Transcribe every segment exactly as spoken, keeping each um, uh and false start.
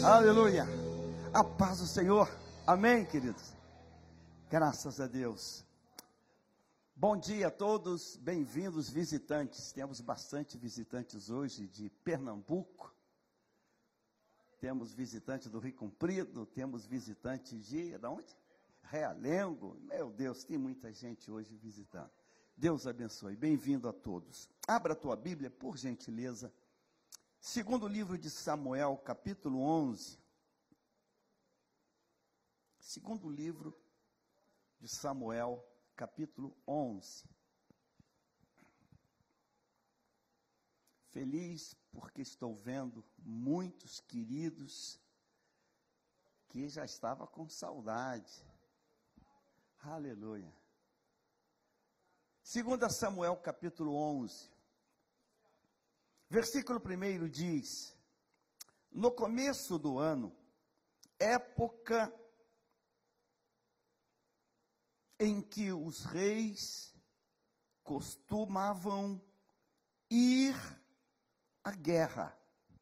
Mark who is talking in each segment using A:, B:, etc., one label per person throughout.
A: Aleluia. A paz do Senhor. Amém, queridos. Graças a Deus. Bom dia a todos, bem-vindos visitantes. Temos bastante visitantes hoje de Pernambuco. Temos visitantes do Rio Comprido, temos visitantes de, de onde? Realengo. Meu Deus, tem muita gente hoje visitando. Deus abençoe. Bem-vindo a todos. Abra a tua Bíblia, por gentileza. Segundo livro de Samuel, capítulo onze. Segundo livro de Samuel, capítulo onze. Feliz porque estou vendo muitos queridos que já estavam com saudade. Aleluia. Segundo Samuel, capítulo onze. Versículo primeiro diz: no começo do ano, época em que os reis costumavam ir à guerra,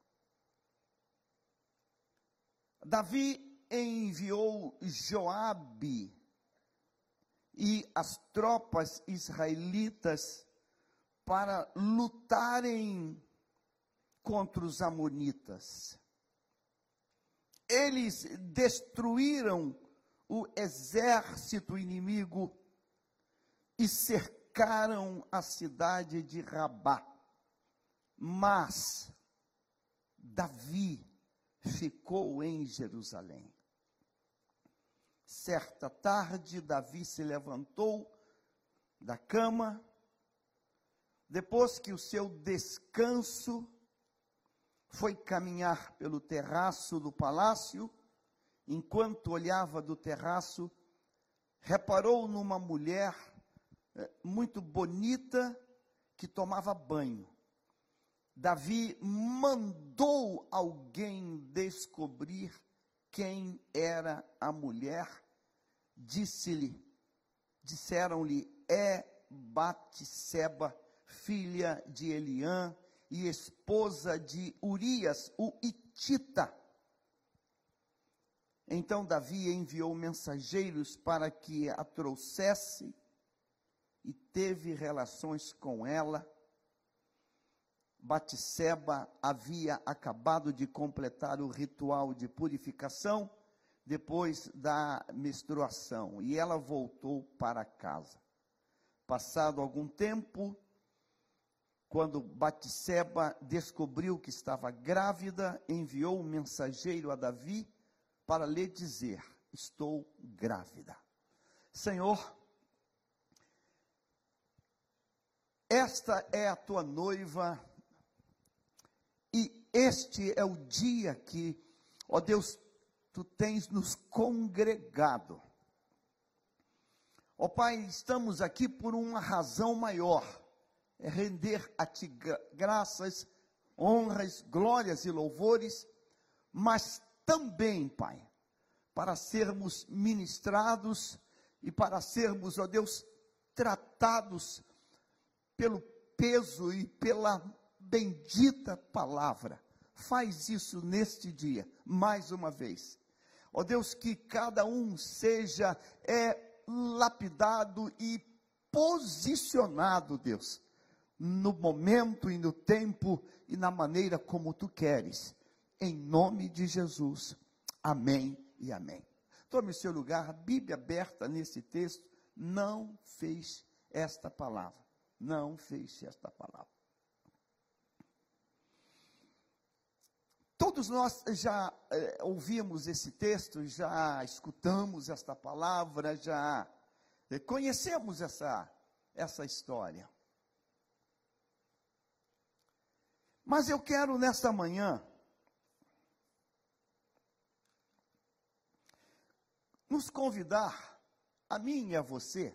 A: Davi enviou Joabe e as tropas israelitas para lutarem contra os amonitas. Eles destruíram o exército inimigo e cercaram a cidade de Rabá. Mas Davi ficou em Jerusalém. Certa tarde, Davi se levantou da cama, depois que o seu descanso, foi caminhar pelo terraço do palácio. Enquanto olhava do terraço, reparou numa mulher eh, muito bonita que tomava banho. Davi mandou alguém descobrir quem era a mulher. Disse-lhe, disseram-lhe, é Batseba, filha de Eliã e esposa de Urias, o hitita. Então Davi enviou mensageiros para que a trouxesse e teve relações com ela. Batseba havia acabado de completar o ritual de purificação depois da menstruação e ela voltou para casa. Passado algum tempo, quando Batseba descobriu que estava grávida, enviou um mensageiro a Davi para lhe dizer: estou grávida. Senhor, esta é a tua noiva e este é o dia que, ó Deus, tu tens nos congregado. Ó Pai, estamos aqui por uma razão maior, é render a ti graças, honras, glórias e louvores, mas também, Pai, para sermos ministrados e para sermos, ó Deus, tratados pelo peso e pela bendita palavra. Faz isso neste dia, mais uma vez. Ó Deus, que cada um seja é, lapidado e posicionado, Deus, no momento e no tempo e na maneira como tu queres. Em nome de Jesus, amém e amém. Tome o seu lugar, a Bíblia aberta nesse texto, não feche esta palavra, não feche esta palavra. Todos nós já eh, ouvimos esse texto, já escutamos esta palavra, já eh, conhecemos essa, essa história. Mas eu quero nesta manhã nos convidar, a mim e a você,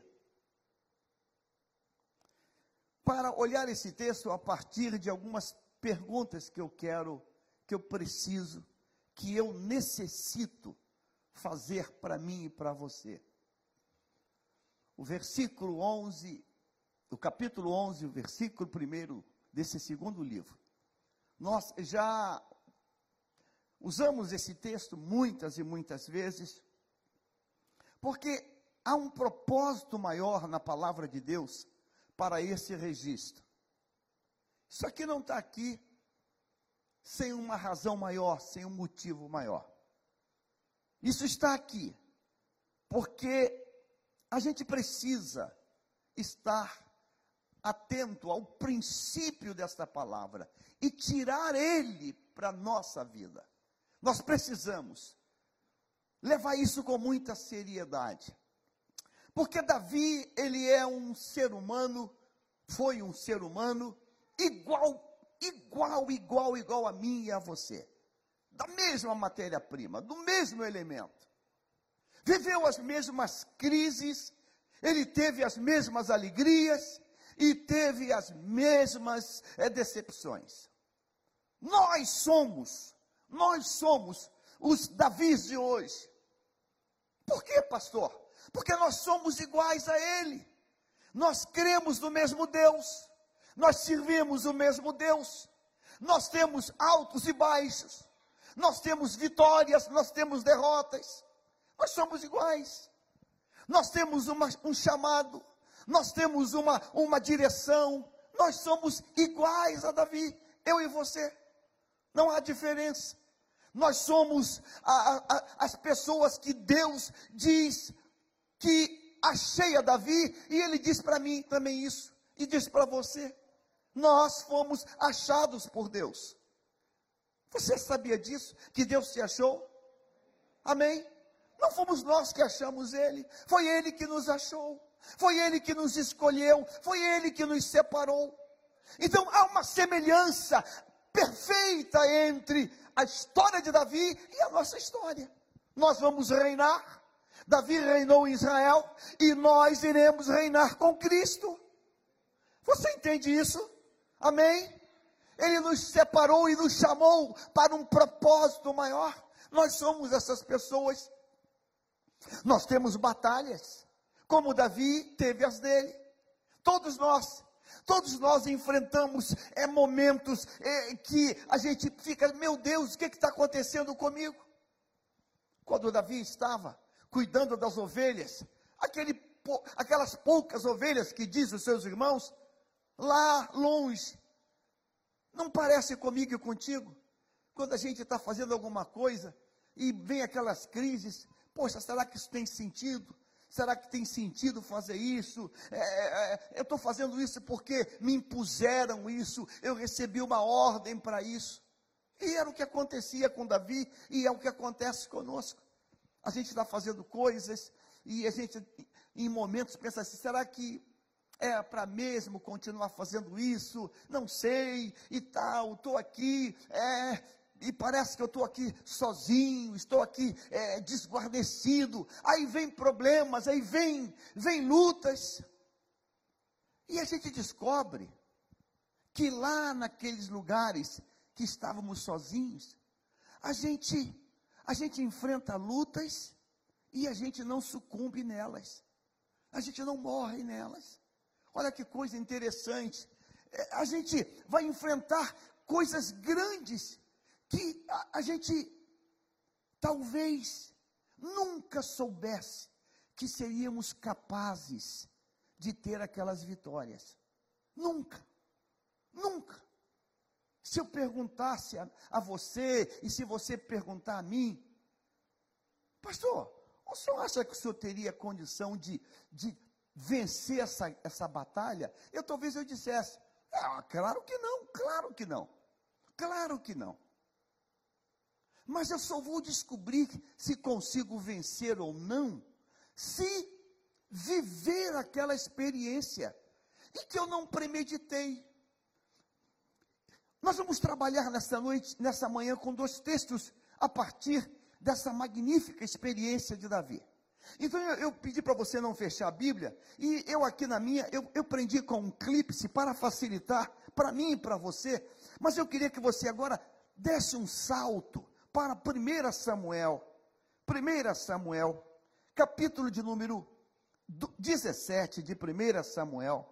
A: para olhar esse texto a partir de algumas perguntas que eu quero, que eu preciso, que eu necessito fazer para mim e para você. O versículo onze, o capítulo onze, o versículo primeiro desse segundo livro. Nós já Usamos esse texto muitas e muitas vezes, porque há um propósito maior na palavra de Deus para esse registro. Isso aqui não está aqui sem uma razão maior, sem um motivo maior. Isso está aqui porque a gente precisa estar atento ao princípio desta palavra e tirar ele para a nossa vida. Nós precisamos levar isso com muita seriedade. Porque Davi, ele é um ser humano, foi um ser humano, igual, igual, igual, igual a mim e a você. Da mesma matéria-prima, do mesmo elemento. Viveu as mesmas crises, ele teve as mesmas alegrias e teve as mesmas é, decepções. Nós somos, nós somos os Davis de hoje. Por quê, pastor? Porque nós somos iguais a ele. Nós cremos no mesmo Deus. Nós servimos o mesmo Deus. Nós temos altos e baixos. Nós temos vitórias, nós temos derrotas. Nós somos iguais. Nós temos uma, um chamado. Nós temos uma, uma direção. Nós somos iguais a Davi. Eu e você. Não há diferença. Nós somos a, a, as pessoas que Deus diz que achei a Davi, e ele diz para mim também isso, e diz para você. Nós fomos achados por Deus. Você sabia disso? Que Deus te achou? Amém? Não fomos nós que achamos ele, foi ele que nos achou, foi ele que nos escolheu, foi ele que nos separou. Então há uma semelhança perfeita entre a história de Davi e a nossa história. Nós vamos reinar. Davi reinou em Israel e nós iremos reinar com Cristo. Você entende isso? Amém? Ele nos separou e nos chamou para um propósito maior. Nós somos essas pessoas. Nós temos batalhas, como Davi teve as dele. Todos nós. Todos nós enfrentamos é, momentos é, que a gente fica, meu Deus, o que está acontecendo comigo? Quando Davi estava cuidando das ovelhas, aquele, aquelas poucas ovelhas que diz os seus irmãos, lá longe, não parece comigo e contigo? Quando a gente está fazendo alguma coisa, e vem aquelas crises, poxa, será que isso tem sentido? Será que tem sentido fazer isso? É, é, eu estou fazendo isso porque me impuseram isso, eu recebi uma ordem para isso. E era o que acontecia com Davi, e é o que acontece conosco. A gente está fazendo coisas, e a gente, em momentos, pensa assim, será que é para mesmo continuar fazendo isso? Não sei, e tal, estou aqui, é... e parece que eu estou aqui sozinho, estou aqui é, desguarnecido, aí vem problemas, aí vem, vem lutas, e a gente descobre que lá naqueles lugares que estávamos sozinhos, a gente, a gente enfrenta lutas e a gente não sucumbe nelas, a gente não morre nelas. Olha que coisa interessante, é, a gente vai enfrentar coisas grandes, que a, a gente talvez nunca soubesse que seríamos capazes de ter aquelas vitórias. Nunca, nunca. Se eu perguntasse a, a você, e se você perguntar a mim, pastor, o senhor acha que o senhor teria condição de, de vencer essa, essa batalha? Eu talvez eu dissesse, ah, claro que não, claro que não, claro que não. Mas eu só vou descobrir se consigo vencer ou não, se viver aquela experiência, e que eu não premeditei. Nós vamos trabalhar nessa noite, nessa manhã, com dois textos, a partir dessa magnífica experiência de Davi. Então eu, eu pedi para você não fechar a Bíblia, e eu aqui na minha, eu, eu prendi com um clípse para facilitar, para mim e para você, mas eu queria que você agora desse um salto, para primeiro Samuel, primeiro Samuel, capítulo de número dezessete de primeiro Samuel,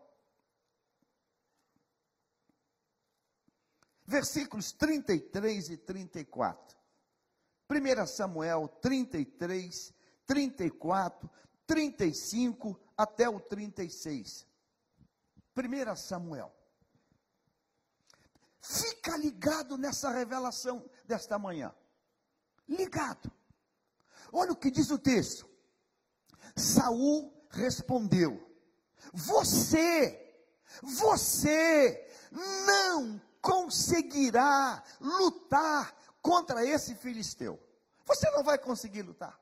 A: versículos trinta e três e trinta e quatro. primeiro Samuel trinta e três, trinta e quatro, trinta e cinco até o trinta e seis. primeiro Samuel. Fica ligado nessa revelação desta manhã. Ligado. Olha o que diz o texto. Saul respondeu: Você, você não conseguirá lutar contra esse filisteu. Você não vai conseguir lutar.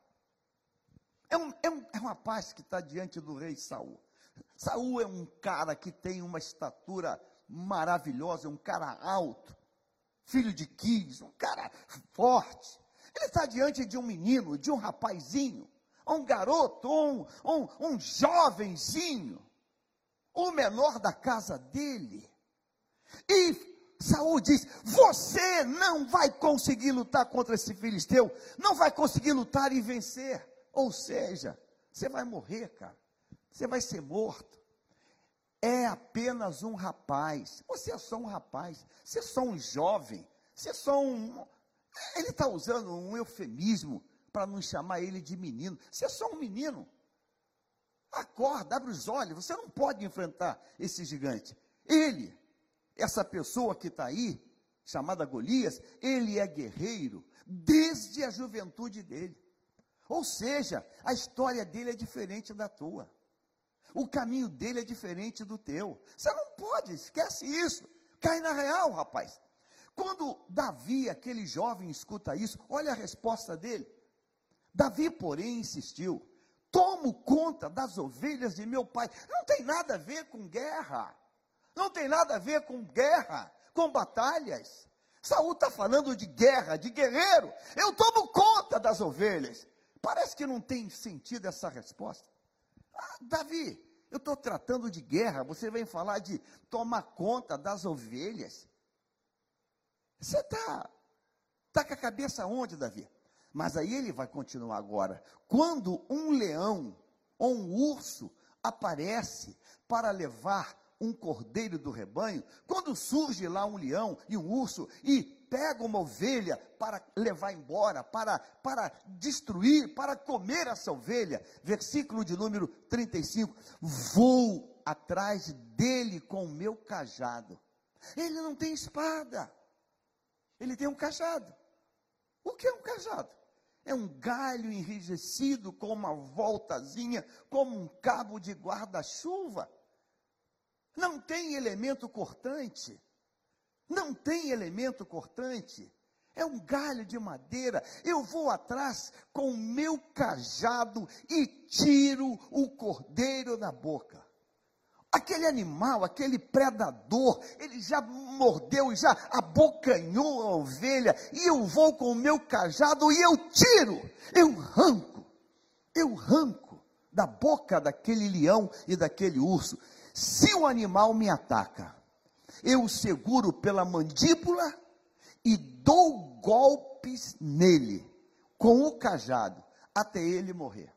A: É um, é um, é um rapaz que está diante do rei Saul. Saul é um cara que tem uma estatura maravilhosa, é um cara alto, filho de Quis, um cara forte. Ele está diante de um menino, de um rapazinho, um garoto, um, um, um jovenzinho, o menor da casa dele. E Saul diz: você não vai conseguir lutar contra esse filisteu, não vai conseguir lutar e vencer. Ou seja, você vai morrer, cara. Você vai ser morto. É apenas um rapaz. Você é só um rapaz. Você é só um jovem. Você é só um... Ele está usando um eufemismo para não chamar ele de menino. Você é só um menino. Acorda, abre os olhos. Você não pode enfrentar esse gigante. Ele, essa pessoa que está aí, chamada Golias, ele é guerreiro desde a juventude dele. Ou seja, a história dele é diferente da tua. O caminho dele é diferente do teu. Você não pode, esquece isso. Cai na real, rapaz. Quando Davi, aquele jovem, escuta isso, olha a resposta dele. Davi, porém, insistiu: tomo conta das ovelhas de meu pai. Não tem nada a ver com guerra. Não tem nada a ver com guerra, com batalhas. Saul está falando de guerra, de guerreiro. Eu tomo conta das ovelhas. Parece que não tem sentido essa resposta. Ah, Davi, eu estou tratando de guerra, você vem falar de tomar conta das ovelhas. Você está tá com a cabeça onde, Davi? Mas aí ele vai continuar agora. Quando um leão ou um urso aparece para levar um cordeiro do rebanho, quando surge lá um leão e um urso e pega uma ovelha para levar embora, para, para destruir, para comer essa ovelha, versículo de número trinta e cinco, vou atrás dele com o meu cajado. Ele não tem espada, ele tem um cajado. O que é um cajado? É um galho enrijecido com uma voltazinha, como um cabo de guarda-chuva. Não tem elemento cortante, não tem elemento cortante, é um galho de madeira. Eu vou atrás com o meu cajado e tiro o cordeiro da boca. Aquele animal, aquele predador, ele já mordeu, já abocanhou a ovelha, e eu vou com o meu cajado e eu tiro, eu arranco, eu arranco da boca daquele leão e daquele urso. Se o animal me ataca, eu o seguro pela mandíbula e dou golpes nele com o cajado até ele morrer.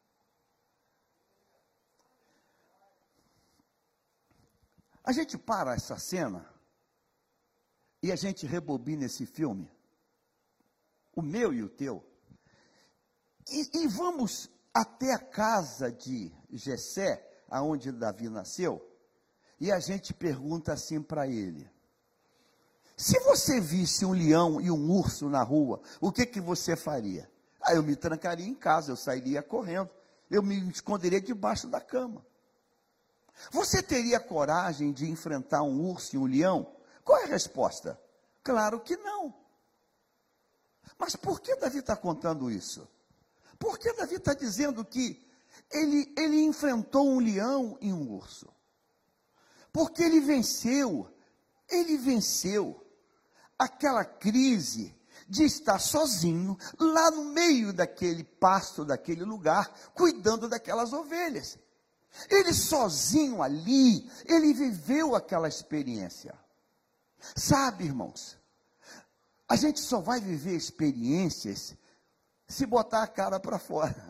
A: A gente para essa cena e a gente rebobina esse filme, o meu e o teu, e, e vamos até a casa de Jessé, aonde Davi nasceu, e a gente pergunta assim para ele: se você visse um leão e um urso na rua, o que que você faria? Ah, eu me trancaria em casa, eu sairia correndo, eu me esconderia debaixo da cama. Você teria coragem de enfrentar um urso e um leão? Qual é a resposta? Claro que não. Mas por que Davi está contando isso? Por que Davi está dizendo que Ele, ele enfrentou um leão e um urso? Porque ele venceu, ele venceu aquela crise de estar sozinho, lá no meio daquele pasto, daquele lugar, cuidando daquelas ovelhas. Ele sozinho ali, ele viveu aquela experiência. Sabe, irmãos, a gente só vai viver experiências se botar a cara para fora.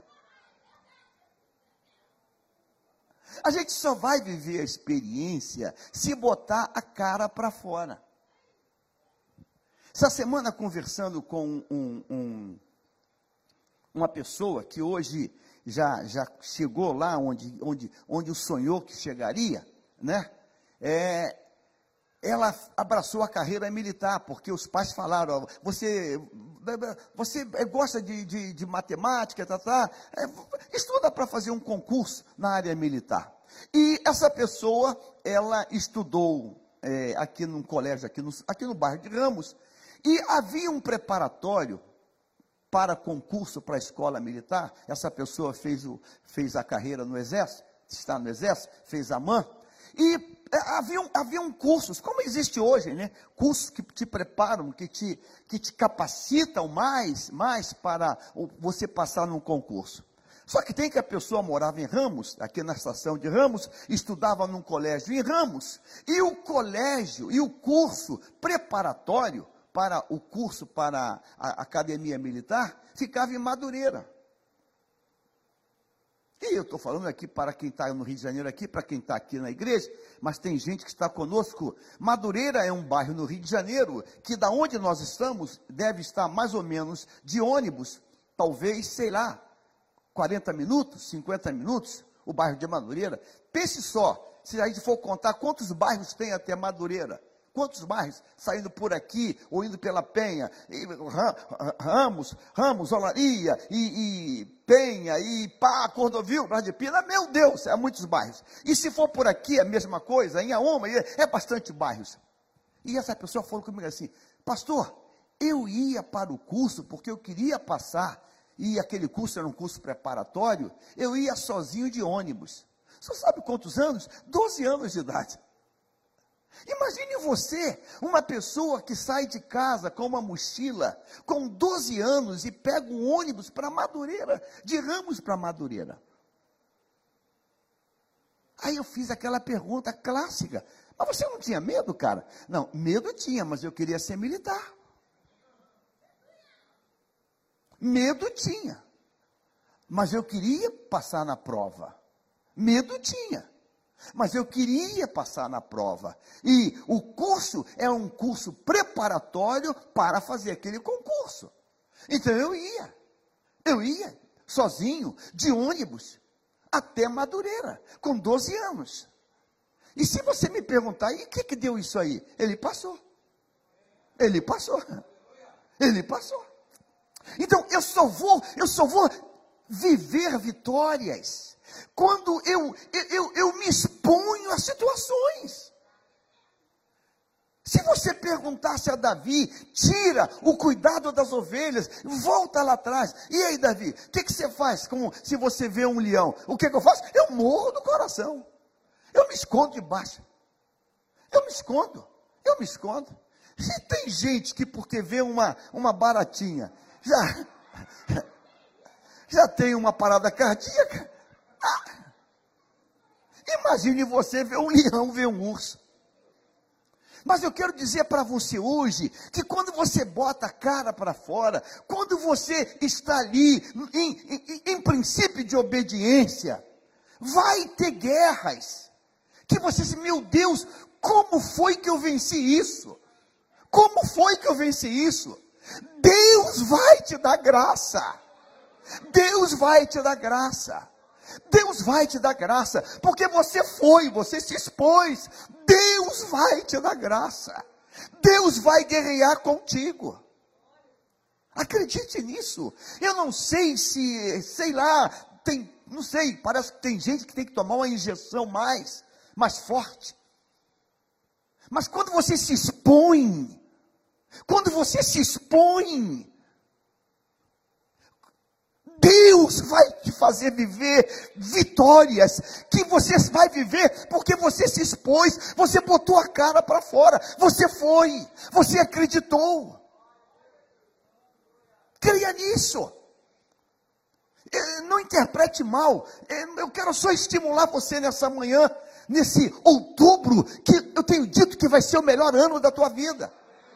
A: A gente só vai viver a experiência se botar a cara para fora. Essa semana, conversando com um, um, uma pessoa que hoje já, já chegou lá onde, onde, onde o sonhou que chegaria, né? É, ela abraçou a carreira militar, porque os pais falaram, ó, você, você gosta de, de, de matemática, tá, tá, é, estuda para fazer um concurso na área militar. E essa pessoa, ela estudou é, aqui num colégio, aqui no, aqui no bairro de Ramos, e havia um preparatório para concurso para a escola militar. Essa pessoa fez, o, fez a carreira no Exército, está no Exército, fez a M A N, e haviam, haviam cursos, como existe hoje, né? Cursos que te preparam, que te, que te capacitam mais, mais para você passar num concurso. Só que tem que a pessoa morava em Ramos, aqui na estação de Ramos, estudava num colégio em Ramos, e o colégio, e o curso preparatório para o curso para a academia militar, ficava em Madureira. E eu estou falando aqui para quem está no Rio de Janeiro, aqui, para quem está aqui na igreja, mas tem gente que está conosco. Madureira é um bairro no Rio de Janeiro, que da onde nós estamos, deve estar mais ou menos de ônibus, talvez, sei lá, quarenta minutos, cinquenta minutos, o bairro de Madureira. Pense só, se a gente for contar quantos bairros tem até Madureira, quantos bairros saindo por aqui, ou indo pela Penha, e, Ramos, Ramos, Olaria, e, e Penha, e Pá, Cordovil, Brás de Pina, meu Deus, é muitos bairros. E se for por aqui, a mesma coisa, em Aoma, é bastante bairros. E essa pessoa falou comigo assim, pastor, eu ia para o curso, porque eu queria passar, e aquele curso era um curso preparatório, eu ia sozinho de ônibus. Você sabe quantos anos? doze anos de idade. Imagine você, uma pessoa que sai de casa com uma mochila, com doze anos, e pega um ônibus para Madureira, de Ramos para Madureira. Aí eu fiz aquela pergunta clássica, mas você não tinha medo, cara? Não, medo tinha, mas eu queria ser militar. Medo tinha, mas eu queria passar na prova. Medo tinha, mas eu queria passar na prova. E o curso é um curso preparatório para fazer aquele concurso. Então eu ia, eu ia sozinho, de ônibus, até Madureira, com doze anos. E se você me perguntar, e o que, que deu isso aí? Ele passou. Ele passou. Ele passou. Então eu só vou, eu só vou viver vitórias quando eu, eu, eu me exponho a situações. Se você perguntasse a Davi, tira o cuidado das ovelhas, volta lá atrás. E aí, Davi, o que, que você faz com, se você vê um leão? O que, que eu faço? Eu morro do coração. Eu me escondo debaixo. Eu me escondo. Eu me escondo. Se tem gente que porque vê uma, uma baratinha, já, já tem uma parada cardíaca. Ah, imagine você ver um leão, ver um urso. Mas eu quero dizer para você hoje, que quando você bota a cara para fora, quando você está ali, em, em, em princípio de obediência, vai ter guerras, que você diz, meu Deus, como foi que eu venci isso? Como foi que eu venci isso? Deus vai te dar graça, Deus vai te dar graça. Deus vai te dar graça, porque você foi, você se expôs. Deus vai te dar graça. Deus vai guerrear contigo. Acredite nisso. Eu não sei se, sei lá, tem, não sei, parece que tem gente que tem que tomar uma injeção mais, mais forte. Mas quando você se expõe, quando você se expõe, Deus vai te fazer viver vitórias, que você vai viver porque você se expôs, você botou a cara para fora, você foi, você acreditou. Creia nisso. Não interprete mal, eu quero só estimular você nessa manhã, nesse outubro, que eu tenho dito que vai ser o melhor ano da tua vida.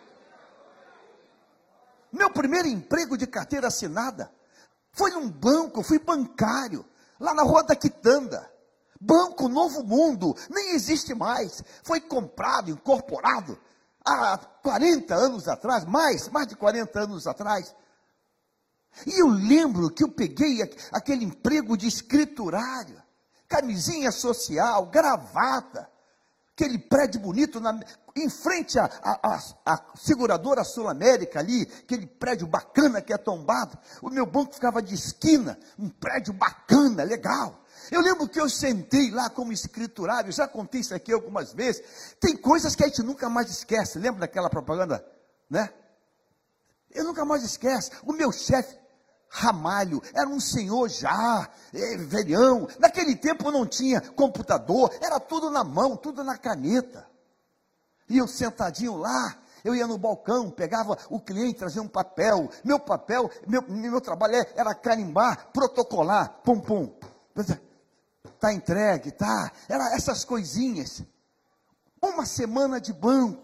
A: Meu primeiro emprego de carteira assinada foi num banco, eu fui bancário, lá na Rua da Quitanda. Banco Novo Mundo, nem existe mais. Foi comprado, incorporado. há quarenta anos atrás, mais, mais de quarenta anos atrás. E eu lembro que eu peguei aquele emprego de escriturário, camisinha social, gravata, aquele prédio bonito, na, em frente à, à, à seguradora Sul-América ali, aquele prédio bacana que é tombado. O meu banco ficava de esquina, um prédio bacana, legal. Eu lembro que eu sentei lá como escriturário, já contei isso aqui algumas vezes. Tem coisas que a gente nunca mais esquece. Lembra daquela propaganda, né? Eu nunca mais esqueço. O meu chefe, Ramalho, era um senhor já, é, velhão. Naquele tempo não tinha computador, era tudo na mão, tudo na caneta. E eu sentadinho lá, eu ia no balcão, pegava o cliente, trazia um papel. Meu papel, meu, meu trabalho era carimbar, protocolar, pum, pum. Está entregue, tá? Era essas coisinhas. Uma semana de banco.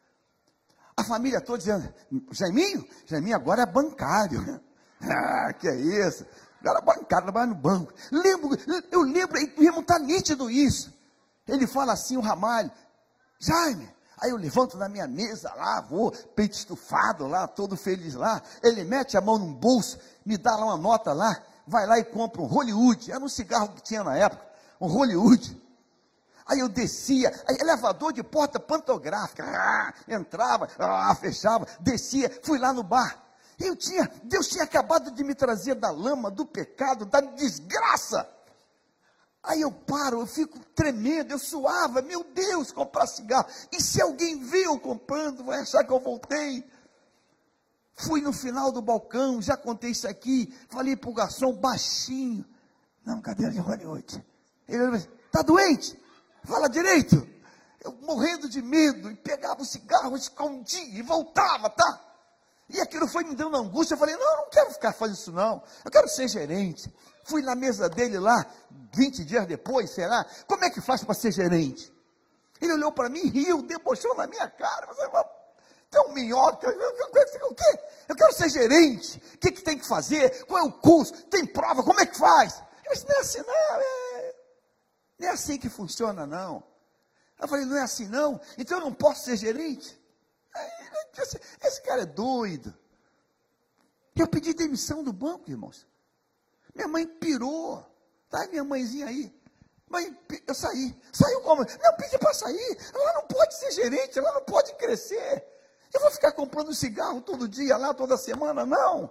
A: A família toda dizendo, Jaiminho, Jaiminho agora é bancário. Ah, que é isso? Agora é bancário, trabalha no banco. Lembro, eu lembro, mesmo está nítido isso. Ele fala assim, o Ramalho, Jaime, aí eu levanto na minha mesa lá, vou, peito estufado lá, todo feliz lá. Ele mete a mão num bolso, me dá lá uma nota lá, vai lá e compra um Hollywood. Era um cigarro que tinha na época, um Hollywood. Aí eu descia, aí elevador de porta pantográfica, ah, entrava, ah, fechava, descia, fui lá no bar. Eu tinha, Deus tinha acabado de me trazer da lama, do pecado, da desgraça. Aí eu paro, eu fico tremendo, eu suava, meu Deus, comprar cigarro. E se alguém vê eu comprando, vai achar que eu voltei. Fui no final do balcão, já contei isso aqui, falei para o garçom baixinho. Não, cadeira de Hollywood. Ele está doente? Fala direito. Eu morrendo de medo, e pegava o cigarro, escondia e voltava, tá? E aquilo foi me dando angústia. Eu falei, não, eu não quero ficar fazendo isso não, eu quero ser gerente. Fui na mesa dele lá, vinte dias depois, sei lá, como é que faz para ser gerente? Ele olhou para mim, riu, debochou na minha cara. Você tem um minhoca, o quê? Eu quero ser gerente, o que, que tem que fazer? Qual é o curso? Tem prova, como é que faz? Eu disse, não é assim não, é... não é assim que funciona não. Eu falei, não é assim não? Então eu não posso ser gerente? Esse, esse cara é doido. Eu pedi demissão do banco, irmãos. Minha mãe pirou. Tá, minha mãezinha aí. Mãe, eu saí. Saiu como? Não, pedi para sair. Ela não pode ser gerente, ela não pode crescer. Eu vou ficar comprando cigarro todo dia lá, toda semana, não.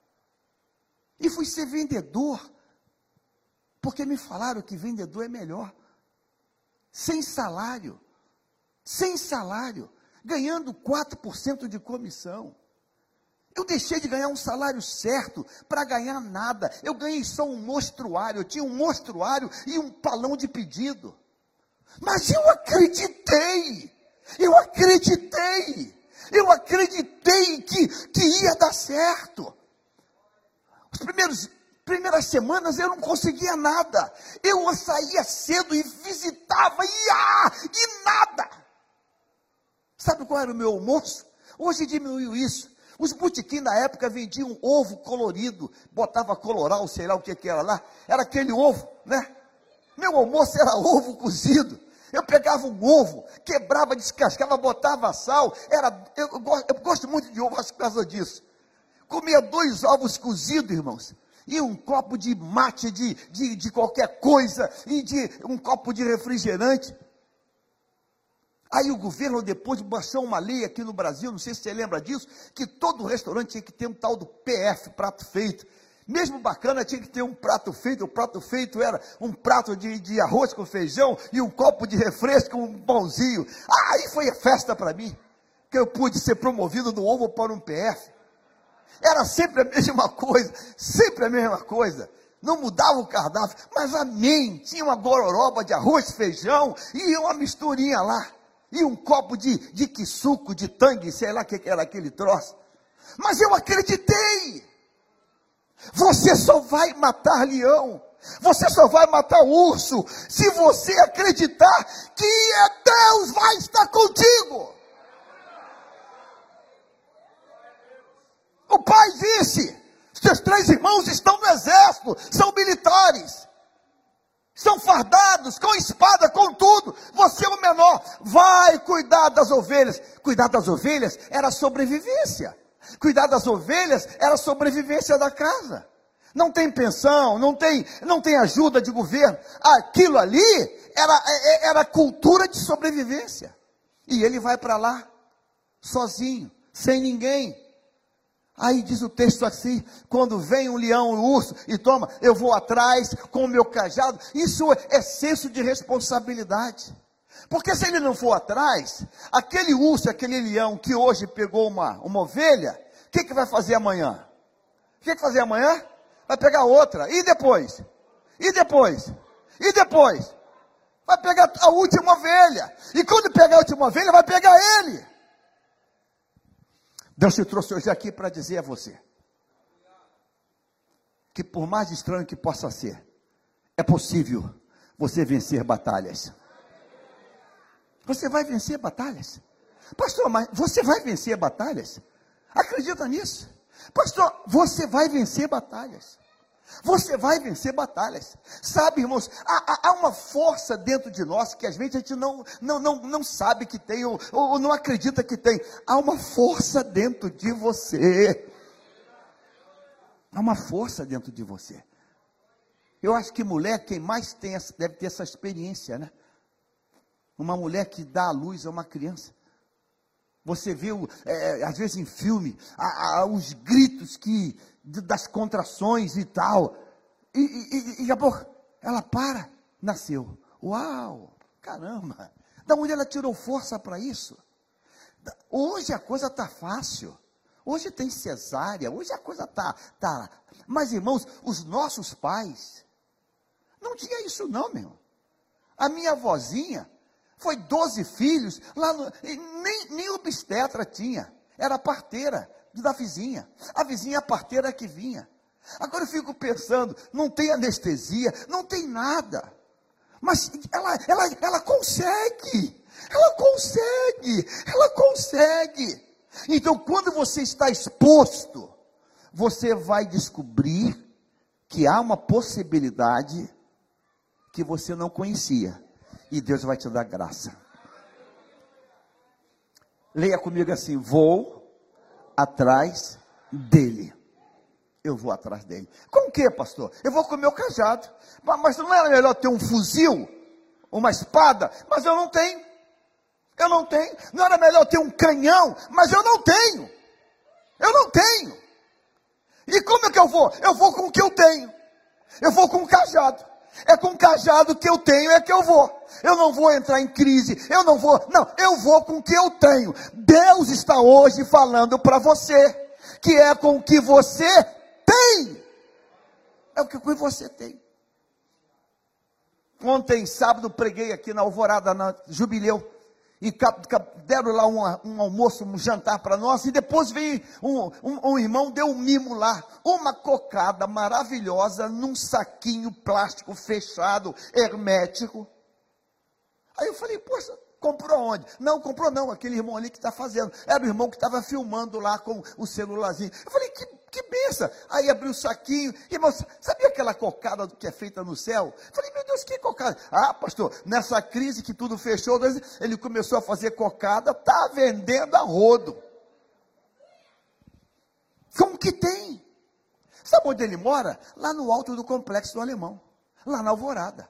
A: E fui ser vendedor. Porque me falaram que vendedor é melhor. Sem salário. Sem salário. Ganhando quatro por cento de comissão. Eu deixei de ganhar um salário certo para ganhar nada. Eu ganhei só um mostruário. Eu tinha um mostruário e um palão de pedido. Mas eu acreditei. Eu acreditei. Eu acreditei que, que ia dar certo. Os primeiros primeiras semanas eu não conseguia nada. Eu saía cedo e visitava e, ah, e nada. Sabe qual era o meu almoço? Hoje diminuiu isso. Os botequins na época vendiam ovo colorido, botava coloral, sei lá o que que era lá. Era aquele ovo, né? Meu almoço era ovo cozido. Eu pegava um ovo, quebrava, descascava, botava sal. Era, eu, eu, eu gosto muito de ovo, acho por causa disso. Comia dois ovos cozidos, irmãos. E um copo de mate de, de, de qualquer coisa. E de um copo de refrigerante. Aí o governo depois baixou uma lei aqui no Brasil, não sei se você lembra disso, que todo restaurante tinha que ter um tal do P F, prato feito. Mesmo bacana, tinha que ter um prato feito. O prato feito era um prato de, de arroz com feijão e um copo de refresco, um pãozinho. Ah, aí foi festa para mim, que eu pude ser promovido do ovo para um P F. Era sempre a mesma coisa, sempre a mesma coisa. Não mudava o cardápio, mas amém, tinha uma gororoba de arroz, feijão e uma misturinha lá. E um copo de, de que suco, de tangue, sei lá o que era aquele troço. Mas eu acreditei. Você só vai matar leão. Você só vai matar urso. Se você acreditar que Deus vai estar contigo. O pai disse, seus três irmãos estão no exército, são militares. são fardados com espada, com tudo. Você é o menor, vai cuidar das ovelhas. Cuidar das ovelhas era sobrevivência. Cuidar das ovelhas era a sobrevivência da casa. Não tem pensão, não tem, não tem ajuda de governo. Aquilo ali era, era cultura de sobrevivência. E ele vai para lá, sozinho, sem ninguém. Aí diz o texto assim, quando vem um leão, um urso, e toma, eu vou atrás com o meu cajado. Isso é senso de responsabilidade. Porque se ele não for atrás, aquele urso, aquele leão que hoje pegou uma, uma ovelha, o que, que vai fazer amanhã? O que, que vai fazer amanhã? Vai pegar outra. E depois? E depois? E depois? Vai pegar a última ovelha. E quando pegar a última ovelha, vai pegar ele. Deus te trouxe hoje aqui para dizer a você, que por mais estranho que possa ser, é possível você vencer batalhas. Você vai vencer batalhas. Pastor, mas você vai vencer batalhas? Acredita nisso? Pastor, você vai vencer batalhas. Você vai vencer batalhas. Sabe, irmãos, há, há uma força dentro de nós que às vezes a gente não, não, não, não sabe que tem, ou, ou não acredita que tem. Há uma força dentro de você. Há uma força dentro de você. Eu acho que mulher, quem mais tem, deve ter essa experiência, né? Uma mulher que dá à luz a uma criança. Você vê, é, às vezes em filme, a, a, os gritos que, das contrações e tal. E, e, e, e a pouco, ela para, nasceu. Uau, caramba. Da onde ela tirou força para isso? Hoje a coisa está fácil. Hoje tem cesárea, hoje a coisa está... Tá. Mas, irmãos, os nossos pais, não tinha isso não, meu irmão. A minha avózinha... Foi doze filhos, lá no, nem, nem obstetra tinha, era parteira da vizinha, a vizinha a parteira que vinha. Agora eu fico pensando, não tem anestesia, não tem nada, mas ela, ela, ela consegue, ela consegue, ela consegue. Então quando você está exposto, você vai descobrir que há uma possibilidade que você não conhecia. E Deus vai te dar graça. Leia comigo assim: vou atrás dele. Eu vou atrás dele. Com o que, pastor? Eu vou com o meu cajado. Mas não era melhor ter um fuzil? Uma espada? Mas eu não tenho. Eu não tenho. Não era melhor ter um canhão? Mas eu não tenho. Eu não tenho. E como é que eu vou? Eu vou com o que eu tenho. Eu vou com o cajado. É com o cajado que eu tenho é que eu vou. Eu não vou entrar em crise. Eu não vou. Não, eu vou com o que eu tenho. Deus está hoje falando para você que é com o que você tem. É o que você tem. Ontem, sábado, preguei aqui na Alvorada, na Jubileu. E deram lá um, um almoço, um jantar para nós, e depois veio um, um, um irmão, deu um mimo lá, uma cocada maravilhosa, num saquinho plástico fechado, hermético. Aí eu falei, poxa, comprou onde? Não, comprou não, aquele irmão ali que está fazendo, era o irmão que estava filmando lá com o celularzinho. Eu falei, que, que benção. Aí abriu o saquinho, irmão, sabia aquela cocada que é feita no céu? Eu falei, meu Deus, que cocada? Ah, pastor, nessa crise que tudo fechou, ele começou a fazer cocada, está vendendo a rodo. Como que tem? Sabe onde ele mora? Lá no alto do Complexo do Alemão, lá na Alvorada.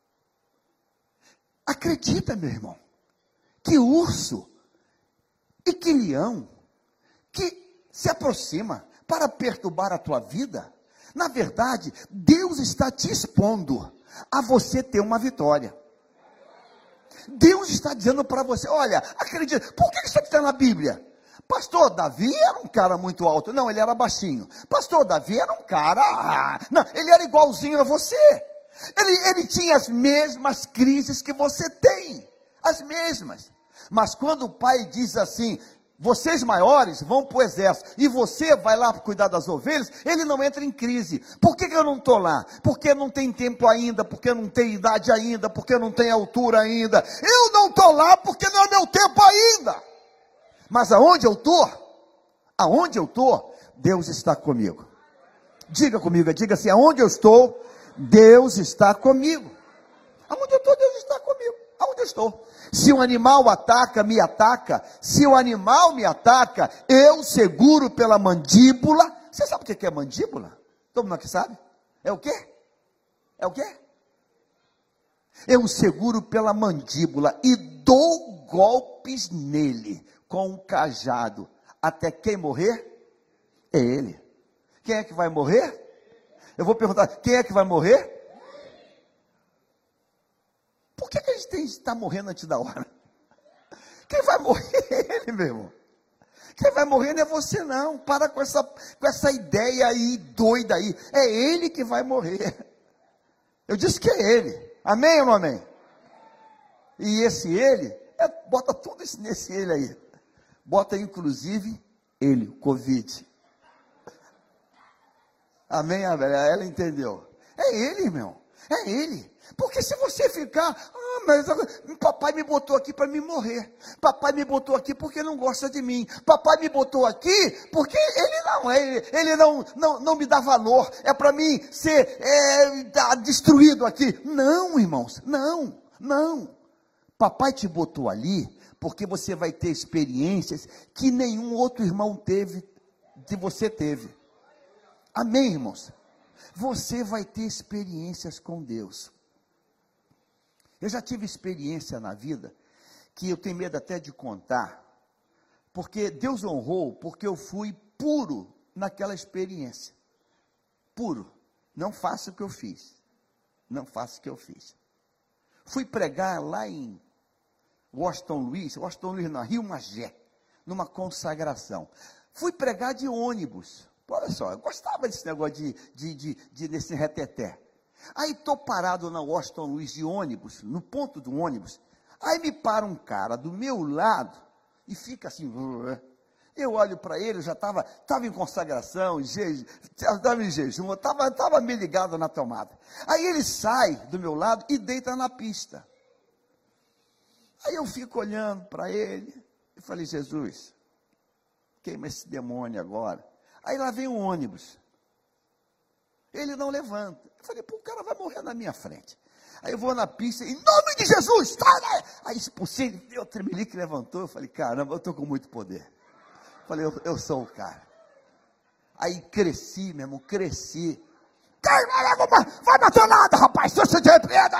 A: Acredita, meu irmão, que urso e que leão que se aproxima para perturbar a tua vida, na verdade, Deus está te expondo a você ter uma vitória. Deus está dizendo para você, olha, acredita, por que isso aqui está na Bíblia? Pastor Davi era um cara muito alto, não, ele era baixinho. Pastor Davi era um cara, ah, não, ele era igualzinho a você. Ele, ele tinha as mesmas crises que você tem, as mesmas. Mas quando o pai diz assim, vocês maiores vão para o exército, e você vai lá para cuidar das ovelhas, ele não entra em crise. Por que, que eu não estou lá? Porque não tem tempo ainda, porque não tem idade ainda, porque não tem altura ainda. Eu não estou lá porque não é meu tempo ainda. Mas aonde eu estou, aonde eu estou, Deus está comigo. Diga comigo, diga assim, aonde eu estou, Deus está comigo. onde eu estou. Se um animal ataca, me ataca. Se o animal me ataca, eu seguro pela mandíbula. Você sabe o que é mandíbula? Todo mundo aqui sabe? É o quê? É o quê? Eu seguro pela mandíbula e dou golpes nele com um cajado, até quem morrer? É ele. Quem é que vai morrer? Eu vou perguntar, quem é que vai morrer? Por que, que a gente tem que estar morrendo antes da hora? Quem vai morrer é ele, meu irmão. Quem vai morrer não é você não. Para com essa, com essa ideia aí, doida aí. É ele que vai morrer. Eu disse que é ele. Amém ou não amém? E esse ele, é, bota tudo isso nesse ele aí. Bota inclusive ele, o Covid. Amém, ela entendeu. É ele, irmão. É ele. Porque se você ficar, ah, mas papai me botou aqui para me morrer. Papai me botou aqui porque não gosta de mim. Papai me botou aqui porque ele não, ele, ele não, não, não me dá valor. É para mim ser é, destruído aqui. Não, irmãos, não, não. Papai te botou ali porque você vai ter experiências que nenhum outro irmão teve, que você teve. Amém, irmãos? Você vai ter experiências com Deus. Eu já tive experiência na vida, que eu tenho medo até de contar, porque Deus honrou, porque eu fui puro naquela experiência. Puro. Não faço o que eu fiz. Não faço o que eu fiz. Fui pregar lá em Washington Luiz, Washington Luiz na Rio Magé, numa consagração. Fui pregar de ônibus. Olha só, eu gostava desse negócio de, de, de, de desse reteté. Aí estou parado na Washington Luiz de ônibus, no ponto do ônibus. Aí me para um cara do meu lado e fica assim. Eu olho para ele, eu já estava tava em consagração, estava em jejum, estava tava me ligado na tomada. Aí ele sai do meu lado e deita na pista. Aí eu fico olhando para ele e falei, Jesus, queima esse demônio agora. Aí lá vem um ônibus. Ele não levanta. Eu falei, pô, o cara vai morrer na minha frente. Aí eu vou na pista, em nome de Jesus, sai daí! Aí expulsei, deu tremelique, levantou. Eu falei, caramba, eu estou com muito poder. Eu falei, eu, eu sou o cara. Aí cresci, meu irmão, cresci. Vai matar nada, rapaz, se você te repreenda,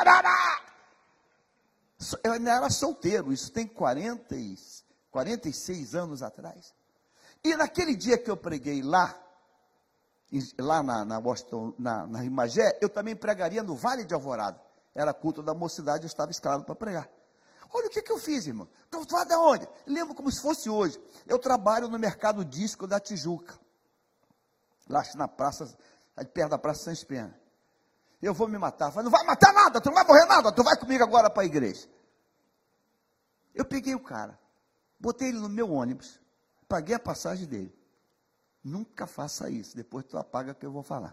A: eu ainda era solteiro, isso tem quarenta e, quarenta e seis anos atrás. E naquele dia que eu preguei lá, lá na, na Washington, na, na Imagé, eu também pregaria no Vale de Alvorada. Era culto da mocidade, eu estava escalado para pregar. Olha o que, que eu fiz, irmão. Então, tu vai de onde? Lembro como se fosse hoje. Eu trabalho no Mercado Disco da Tijuca. Lá na praça, perto da Praça São Espena. Eu vou me matar. Falei, não vai matar nada, tu não vai morrer nada, tu vai comigo agora para a igreja. Eu peguei o cara, botei ele no meu ônibus, paguei a passagem dele. Nunca faça isso, depois tu apaga que eu vou falar.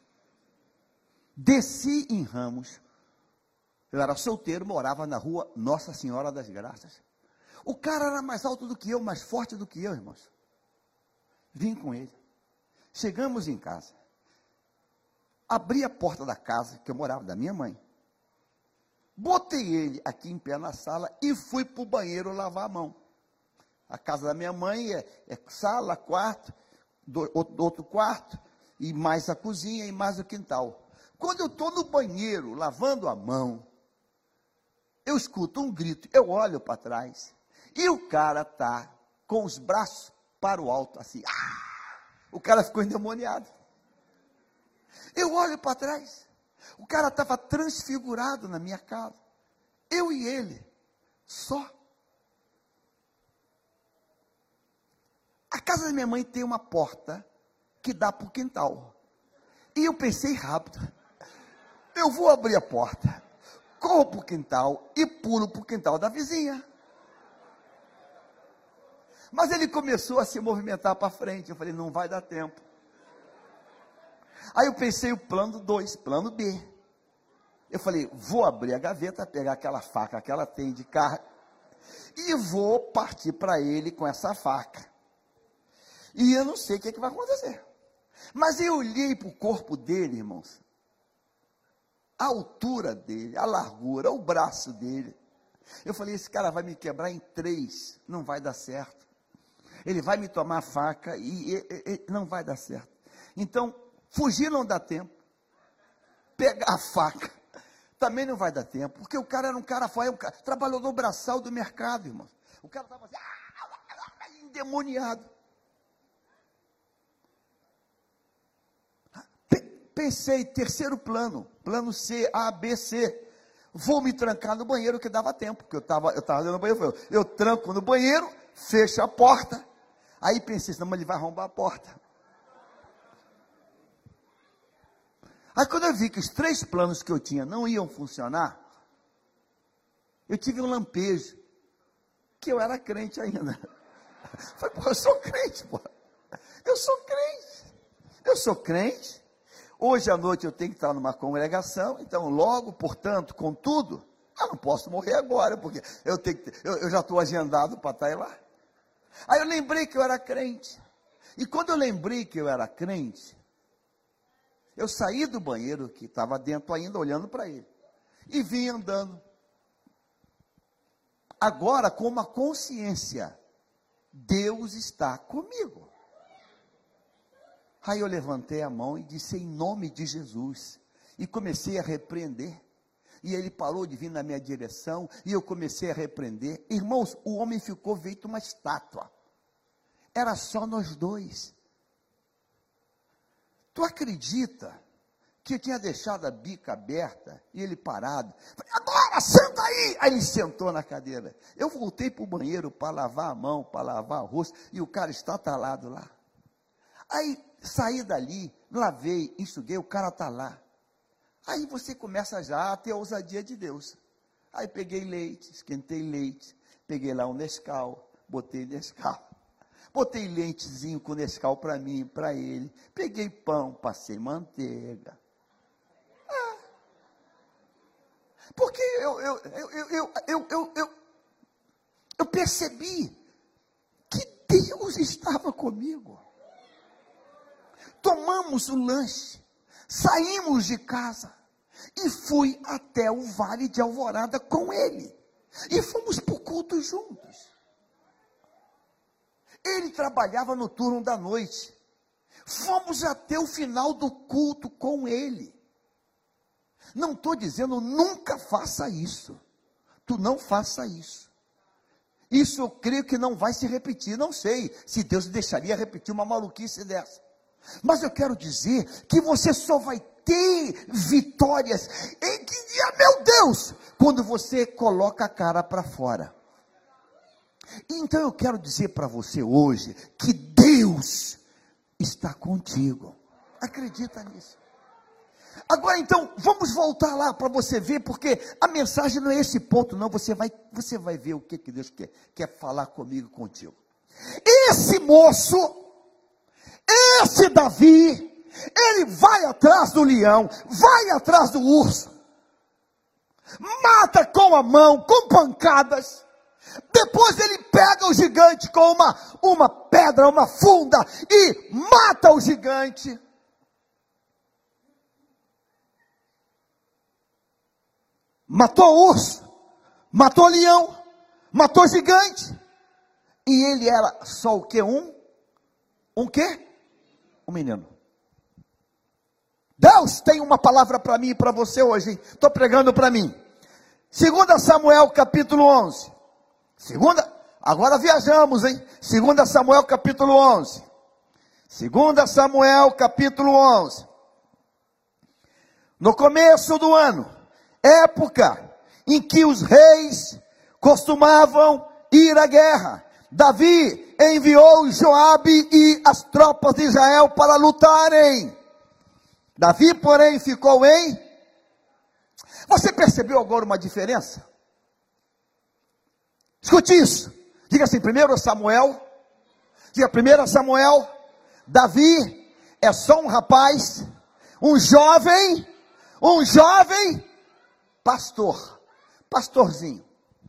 A: Desci em Ramos, eu era solteiro, morava na rua Nossa Senhora das Graças. O cara era mais alto do que eu, mais forte do que eu, irmãos. Vim com ele. Chegamos em casa. Abri a porta da casa, que eu morava, da minha mãe. Botei ele aqui em pé na sala e fui para o banheiro lavar a mão. A casa da minha mãe é, é sala, quarto, do, outro quarto, e mais a cozinha e mais o quintal. Quando eu estou no banheiro, lavando a mão, eu escuto um grito, eu olho para trás, e o cara está com os braços para o alto, assim. Ah! O cara ficou endemoniado. Eu olho para trás, o cara estava transfigurado na minha casa. Eu e ele, só. A casa da minha mãe tem uma porta que dá para o quintal. E eu pensei rápido. Eu vou abrir a porta, corro para o quintal e pulo para o quintal da vizinha. Mas ele começou a se movimentar para frente. Eu falei, não vai dar tempo. Aí eu pensei o plano dois, plano B. Eu falei, vou abrir a gaveta, pegar aquela faca que ela tem de carne e vou partir para ele com essa faca. E eu não sei o que, é que vai acontecer. Mas eu olhei para o corpo dele, irmãos. A altura dele, a largura, o braço dele. Eu falei, esse cara vai me quebrar em três, não vai dar certo. Ele vai me tomar a faca e, e, e não vai dar certo. Então, fugir não dá tempo. Pegar a faca também não vai dar tempo, porque o cara era um cara, foi um cara, trabalhou no braçal do mercado, irmão. O cara estava assim, ah, endemoniado. Pensei, terceiro plano, plano C, A, B, C. Vou me trancar no banheiro, que dava tempo, porque eu estava eu tava dentro do banheiro. Eu, eu tranco no banheiro, fecho a porta. Aí pensei, não, mas ele vai arrombar a porta. Aí quando eu vi que os três planos que eu tinha não iam funcionar, eu tive um lampejo, que eu era crente ainda. Falei, pô, eu sou crente, pô. Eu sou crente. Eu sou crente. Hoje à noite eu tenho que estar numa congregação, então logo, portanto, contudo, eu não posso morrer agora, porque eu, tenho que, eu, eu já estou agendado para estar lá. Aí eu lembrei que eu era crente, e quando eu lembrei que eu era crente, eu saí do banheiro, que estava dentro ainda, olhando para ele, e vim andando, agora com uma consciência, Deus está comigo. Aí eu levantei a mão e disse, em nome de Jesus, e comecei a repreender, e ele parou de vir na minha direção, e eu comecei a repreender. Irmãos, o homem ficou feito uma estátua, era só nós dois. Tu acredita que eu tinha deixado a bica aberta, e ele parado, falei, agora, senta aí, aí ele sentou na cadeira, eu voltei para o banheiro para lavar a mão, para lavar o rosto, e o cara está atalado lá. Aí, saí dali, lavei, enxuguei, o cara está lá. Aí você começa já a ter a ousadia de Deus. Aí peguei leite, esquentei leite, peguei lá um Nescau, botei Nescau, botei leitezinho com Nescau para mim e para ele, peguei pão, passei manteiga. Ah, porque eu, eu, eu, eu, eu, eu, eu, eu, eu percebi que Deus estava comigo. Tomamos o lanche, saímos de casa e fui até o Vale de Alvorada com ele. E fomos para o culto juntos. Ele trabalhava no turno da noite. Fomos até o final do culto com ele. Não estou dizendo nunca faça isso. Tu não faça isso. Isso eu creio que não vai se repetir. Não sei se Deus deixaria repetir uma maluquice dessa. Mas eu quero dizer que você só vai ter vitórias em que dia, meu Deus, quando você coloca a cara para fora. Então eu quero dizer para você hoje que Deus está contigo. Acredita nisso. Agora então, vamos voltar lá para você ver, porque a mensagem não é esse ponto não, você vai, você vai ver o que, que Deus quer, quer falar comigo, contigo. Esse moço, esse Davi, ele vai atrás do leão, vai atrás do urso, mata com a mão, com pancadas, depois ele pega o gigante com uma, uma pedra, uma funda, e mata o gigante. Matou o urso, matou o leão, matou o gigante, e ele era só o que? Um? Um quê? Um menino. Deus tem uma palavra para mim e para você hoje, estou pregando para mim. Segunda Samuel capítulo onze. Segunda, agora viajamos, hein? Segunda Samuel capítulo onze. Segunda Samuel capítulo onze. No começo do ano, época em que os reis costumavam ir à guerra, Davi enviou Joabe e as tropas de Israel para lutarem. Davi, porém, ficou em... Você percebeu agora uma diferença? Escute isso. Diga assim, primeiro Samuel. Diga primeiro Samuel. Davi é só um rapaz, um jovem, um jovem pastor, pastorzinho.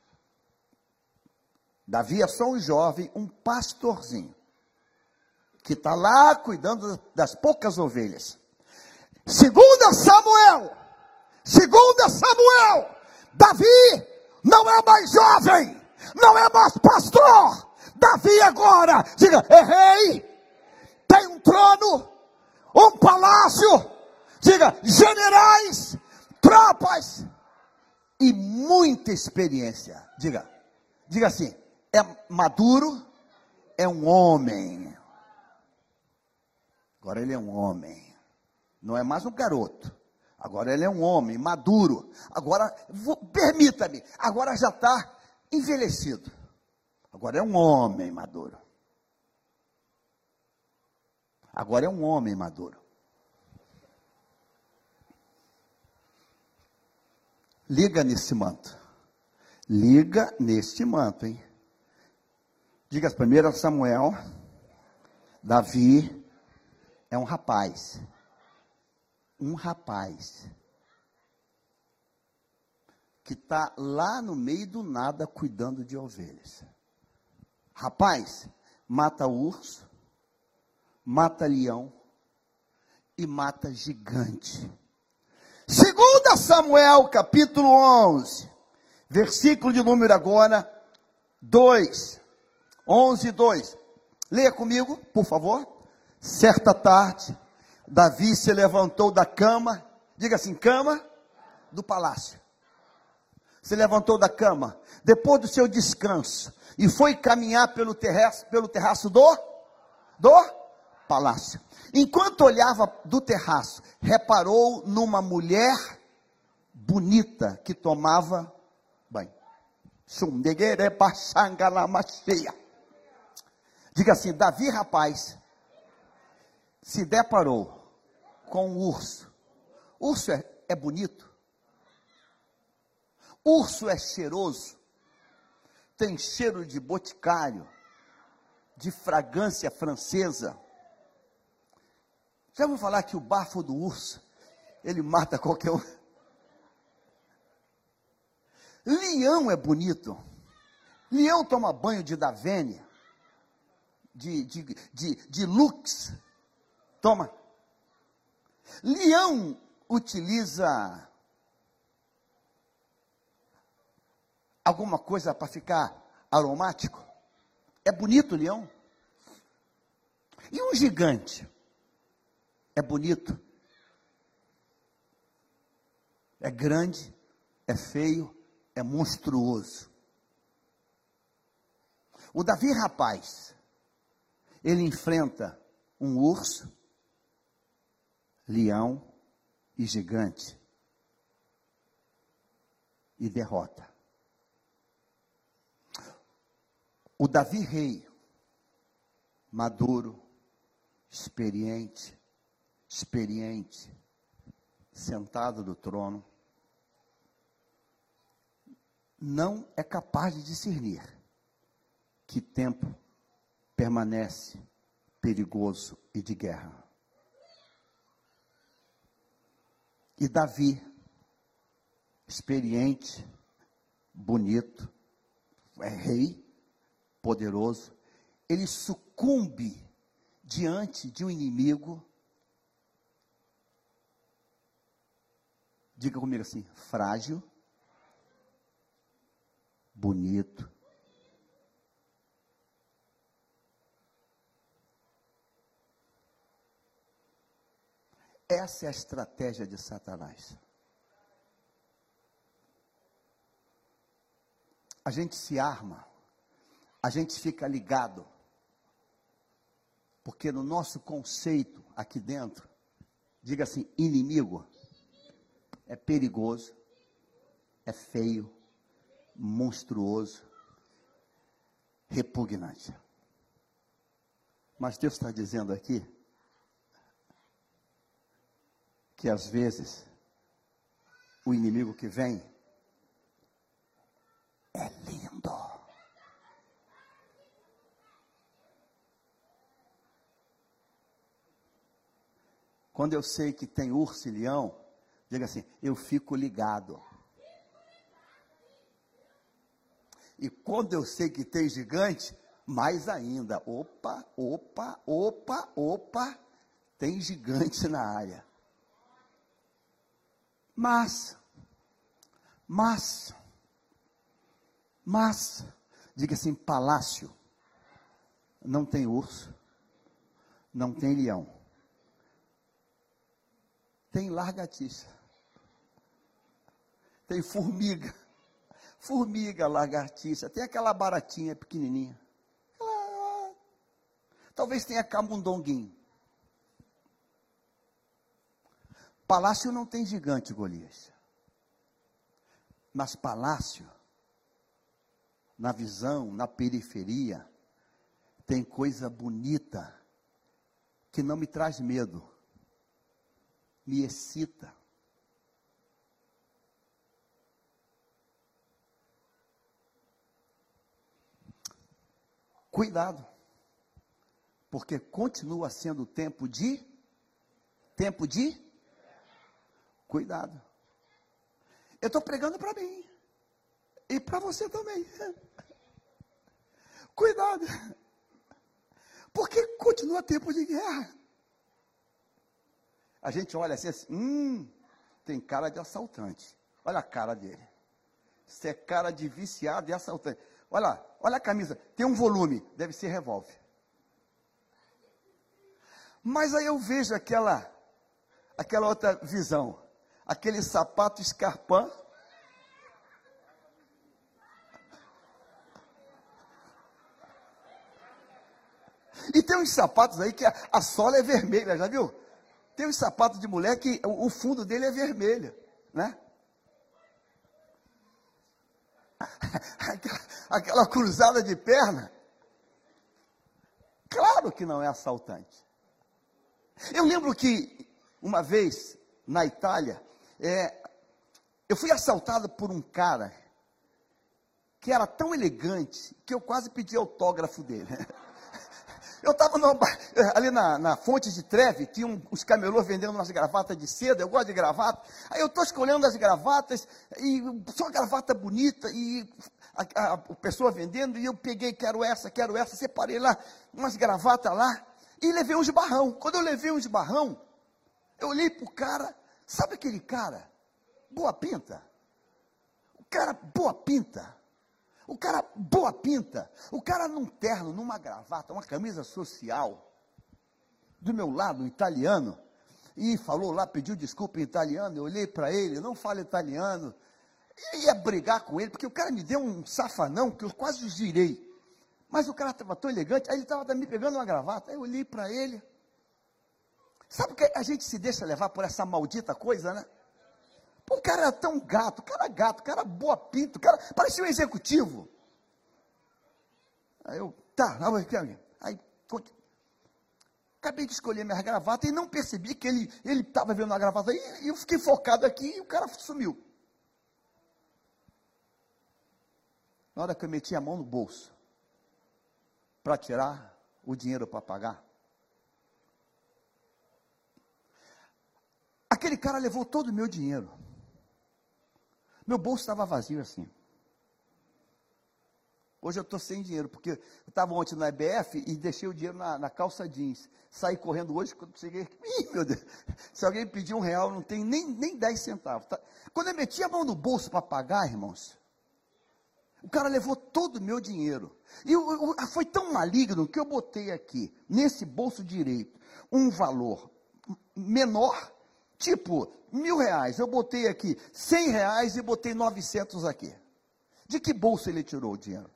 A: Davi é só um jovem, um pastorzinho, que está lá cuidando das poucas ovelhas. Segunda Samuel, segunda Samuel, Davi não é mais jovem, não é mais pastor. Davi agora, diga, é rei, tem um trono, um palácio, diga, generais, tropas e muita experiência. Diga, diga assim, é maduro, é um homem. Agora ele é um homem, não é mais um garoto. Agora ele é um homem maduro. Agora, permita-me, agora já está envelhecido. Agora é um homem maduro. Agora é um homem maduro. Liga nesse manto. Liga neste manto, hein? Diga as primeiras Samuel. Davi é um rapaz. Um rapaz que está lá no meio do nada cuidando de ovelhas. Rapaz, mata urso, mata leão e mata gigante. Segunda Samuel, capítulo onze, versículo de número agora dois, onze, dois. Leia comigo, por favor. Certa tarde, Davi se levantou da cama, diga assim, cama do palácio. Se levantou da cama, depois do seu descanso, e foi caminhar pelo terraço, pelo terraço do, do palácio. Enquanto olhava do terraço, reparou numa mulher bonita que tomava banho. Diga assim, Davi, rapaz, se deparou com um urso. Urso é, é bonito. Urso é cheiroso. Tem cheiro de boticário, de fragrância francesa. Já vou falar que o bafo do urso, ele mata qualquer um. Leão é bonito. Leão toma banho de Davene, de, de, de, de Lux. Toma. Leão utiliza alguma coisa para ficar aromático. É bonito o leão. E um gigante? É bonito. É grande, é feio, é monstruoso. O Davi, rapaz, ele enfrenta um urso, leão e gigante. E derrota. O Davi rei, maduro, experiente, experiente, sentado no trono, não é capaz de discernir que tempo permanece perigoso e de guerra. E Davi, experiente, bonito, é rei, poderoso, ele sucumbe diante de um inimigo, diga comigo assim, frágil, bonito, essa é a estratégia de Satanás. A gente se arma, a gente fica ligado, porque no nosso conceito aqui dentro, diga assim, inimigo é perigoso, é feio, monstruoso, repugnante. Mas Deus está dizendo aqui que às vezes o inimigo que vem é lindo. Quando eu sei que tem urso e leão, diga assim, eu fico ligado. E quando eu sei que tem gigante, mais ainda. Opa, opa, opa, opa, tem gigante na área. Mas, mas, Mas, diga assim, palácio não tem urso, não tem leão, tem lagartixa, tem formiga, formiga, lagartixa, tem aquela baratinha pequenininha, ela, talvez tenha camundonguinho. Palácio não tem gigante, Golias, mas palácio, na visão, na periferia, tem coisa bonita, que não me traz medo, me excita. Cuidado, porque continua sendo tempo de, tempo de, cuidado. Eu estou pregando para mim, e para você também. Cuidado, porque continua tempo de guerra. A gente olha assim, assim, hum, tem cara de assaltante. Olha a cara dele. Isso é cara de viciado e assaltante. Olha, olha a camisa, tem um volume, deve ser revólver. Mas aí eu vejo aquela, aquela outra visão, aquele sapato escarpão. E tem uns sapatos aí que a, a sola é vermelha, já viu? Tem uns sapatos de mulher que o, o fundo dele é vermelho, né? Aquela, aquela cruzada de perna. Claro que não é assaltante. Eu lembro que uma vez na Itália, é, eu fui assaltado por um cara que era tão elegante que eu quase pedi autógrafo dele. Eu estava ali na, na Fonte de Trevi, tinha um, os camelôs vendendo umas gravatas de seda, eu gosto de gravata, aí eu estou escolhendo as gravatas, e só gravata bonita, e a, a, a pessoa vendendo, e eu peguei, quero essa, quero essa, separei lá, umas gravatas lá, e levei um esbarrão. Quando eu levei um esbarrão, eu olhei para o cara, sabe aquele cara, boa pinta? O cara, boa pinta. O cara, boa pinta, o cara num terno, numa gravata, uma camisa social, do meu lado, um italiano, e falou lá, pediu desculpa em italiano, eu olhei para ele, não falo italiano, eu ia brigar com ele, porque o cara me deu um safanão, que eu quase girei, mas o cara estava tão elegante, aí ele estava me pegando uma gravata, aí eu olhei para ele, sabe que a gente se deixa levar por essa maldita coisa, né? O cara era tão gato, o cara gato, o cara boa pinto, o cara parecia um executivo. Aí eu, tá, aí, acabei de escolher minhas gravatas e não percebi que ele ele estava vendo a gravata aí, e eu fiquei focado aqui e o cara sumiu. Na hora que eu meti a mão no bolso, para tirar o dinheiro para pagar, aquele cara levou todo o meu dinheiro. Meu bolso estava vazio assim. Hoje eu estou sem dinheiro, porque eu estava ontem na E B F e deixei o dinheiro na, na calça jeans. Saí correndo hoje, quando cheguei, ih, meu Deus, se alguém pedir um real, não tem nem, nem dez centavos. Tá? Quando eu meti a mão no bolso para pagar, irmãos, o cara levou todo o meu dinheiro. E eu, eu, foi tão maligno que eu botei aqui, nesse bolso direito, um valor menor, tipo, mil reais, eu botei aqui cem reais e botei novecentos aqui. De que bolsa ele tirou o dinheiro?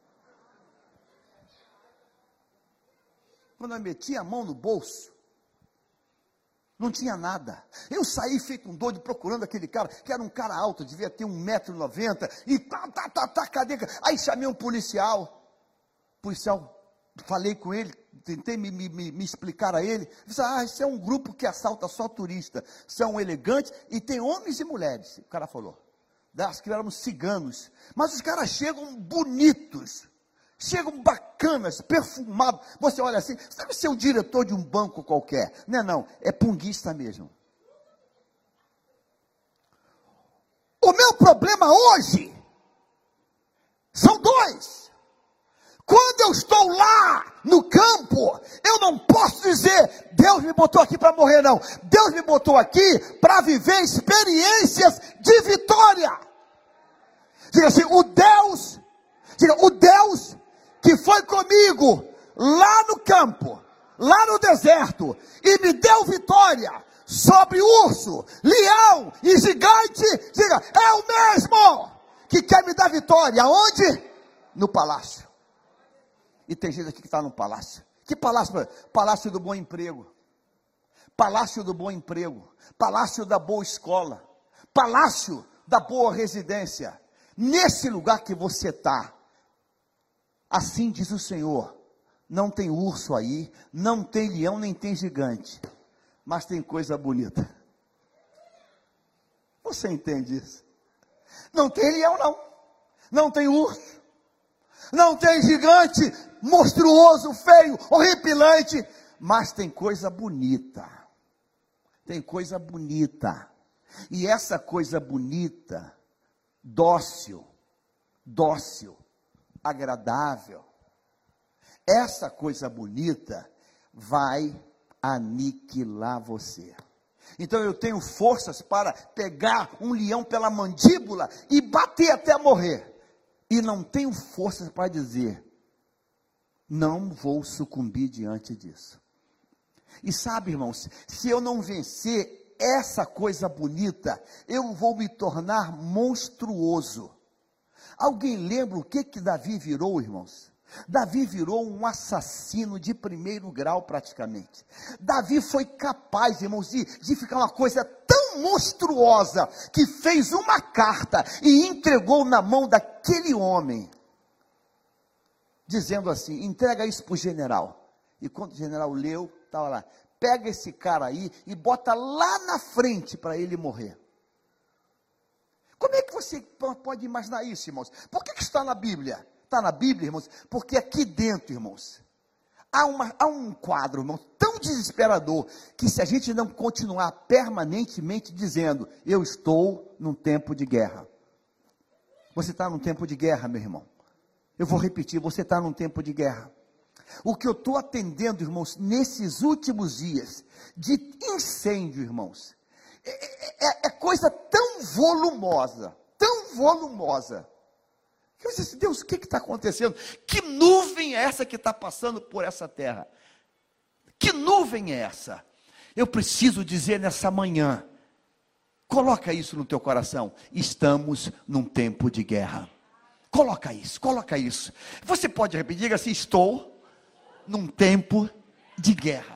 A: Quando eu meti a mão no bolso, não tinha nada. Eu saí feito um doido procurando aquele cara, que era um cara alto, devia ter um metro e noventa, e tá, tá, tá, tá, cadê? Aí chamei um policial, policial, falei com ele, tentei me, me, me explicar a ele, disse, ah, isso é um grupo que assalta só turista, são elegantes, e tem homens e mulheres, o cara falou, acho que éramos ciganos, mas os caras chegam bonitos, chegam bacanas, perfumados, você olha assim, você deve ser o diretor de um banco qualquer, não é não, é punguista mesmo. O meu problema hoje, são dois. Quando eu estou lá no campo, eu não posso dizer, Deus me botou aqui para morrer, não. Deus me botou aqui para viver experiências de vitória. Diga assim, o Deus Diga, o Deus que foi comigo lá no campo, lá no deserto, e me deu vitória sobre urso, leão e gigante, diga, é o mesmo que quer me dar vitória. Aonde? No palácio. E tem gente aqui que está no palácio. Que palácio? Palácio do bom emprego, palácio do bom emprego, palácio da boa escola, palácio da boa residência. Nesse lugar que você está, assim diz o Senhor, não tem urso aí, não tem leão, nem tem gigante, mas tem coisa bonita. Você entende isso? Não tem leão não, não tem urso, não tem gigante, monstruoso, feio, horripilante, mas tem coisa bonita, tem coisa bonita, e essa coisa bonita, dócil, dócil, agradável, essa coisa bonita vai aniquilar você. Então eu tenho forças para pegar um leão pela mandíbula e bater até morrer, e não tenho forças para dizer, não vou sucumbir diante disso. E sabe, irmãos, se eu não vencer essa coisa bonita, eu vou me tornar monstruoso. Alguém lembra o que que Davi virou, irmãos? Davi virou um assassino de primeiro grau praticamente. Davi foi capaz, irmãos, de, de ficar uma coisa tão monstruosa, que fez uma carta e entregou na mão daquele homem, dizendo assim, entrega isso para o general. E quando o general leu, estava lá, pega esse cara aí e bota lá na frente para ele morrer. Como é que você pode imaginar isso, irmãos? Por que que está na Bíblia? Está na Bíblia, irmãos, porque aqui dentro, irmãos, há, uma, há um quadro, irmãos, tão desesperador, que se a gente não continuar permanentemente dizendo, eu estou num tempo de guerra. Você está num tempo de guerra, meu irmão. Eu vou repetir, você está num tempo de guerra. O que eu estou atendendo, irmãos, nesses últimos dias, de incêndio, irmãos, é, é, é coisa tão volumosa, tão volumosa, que eu disse, Deus, o que está acontecendo? Que nuvem é essa que está passando por essa terra? Que nuvem é essa? Eu preciso dizer nessa manhã, coloca isso no teu coração, estamos num tempo de guerra. Coloca isso, coloca isso. Você pode repetir, diga assim, estou num tempo de guerra.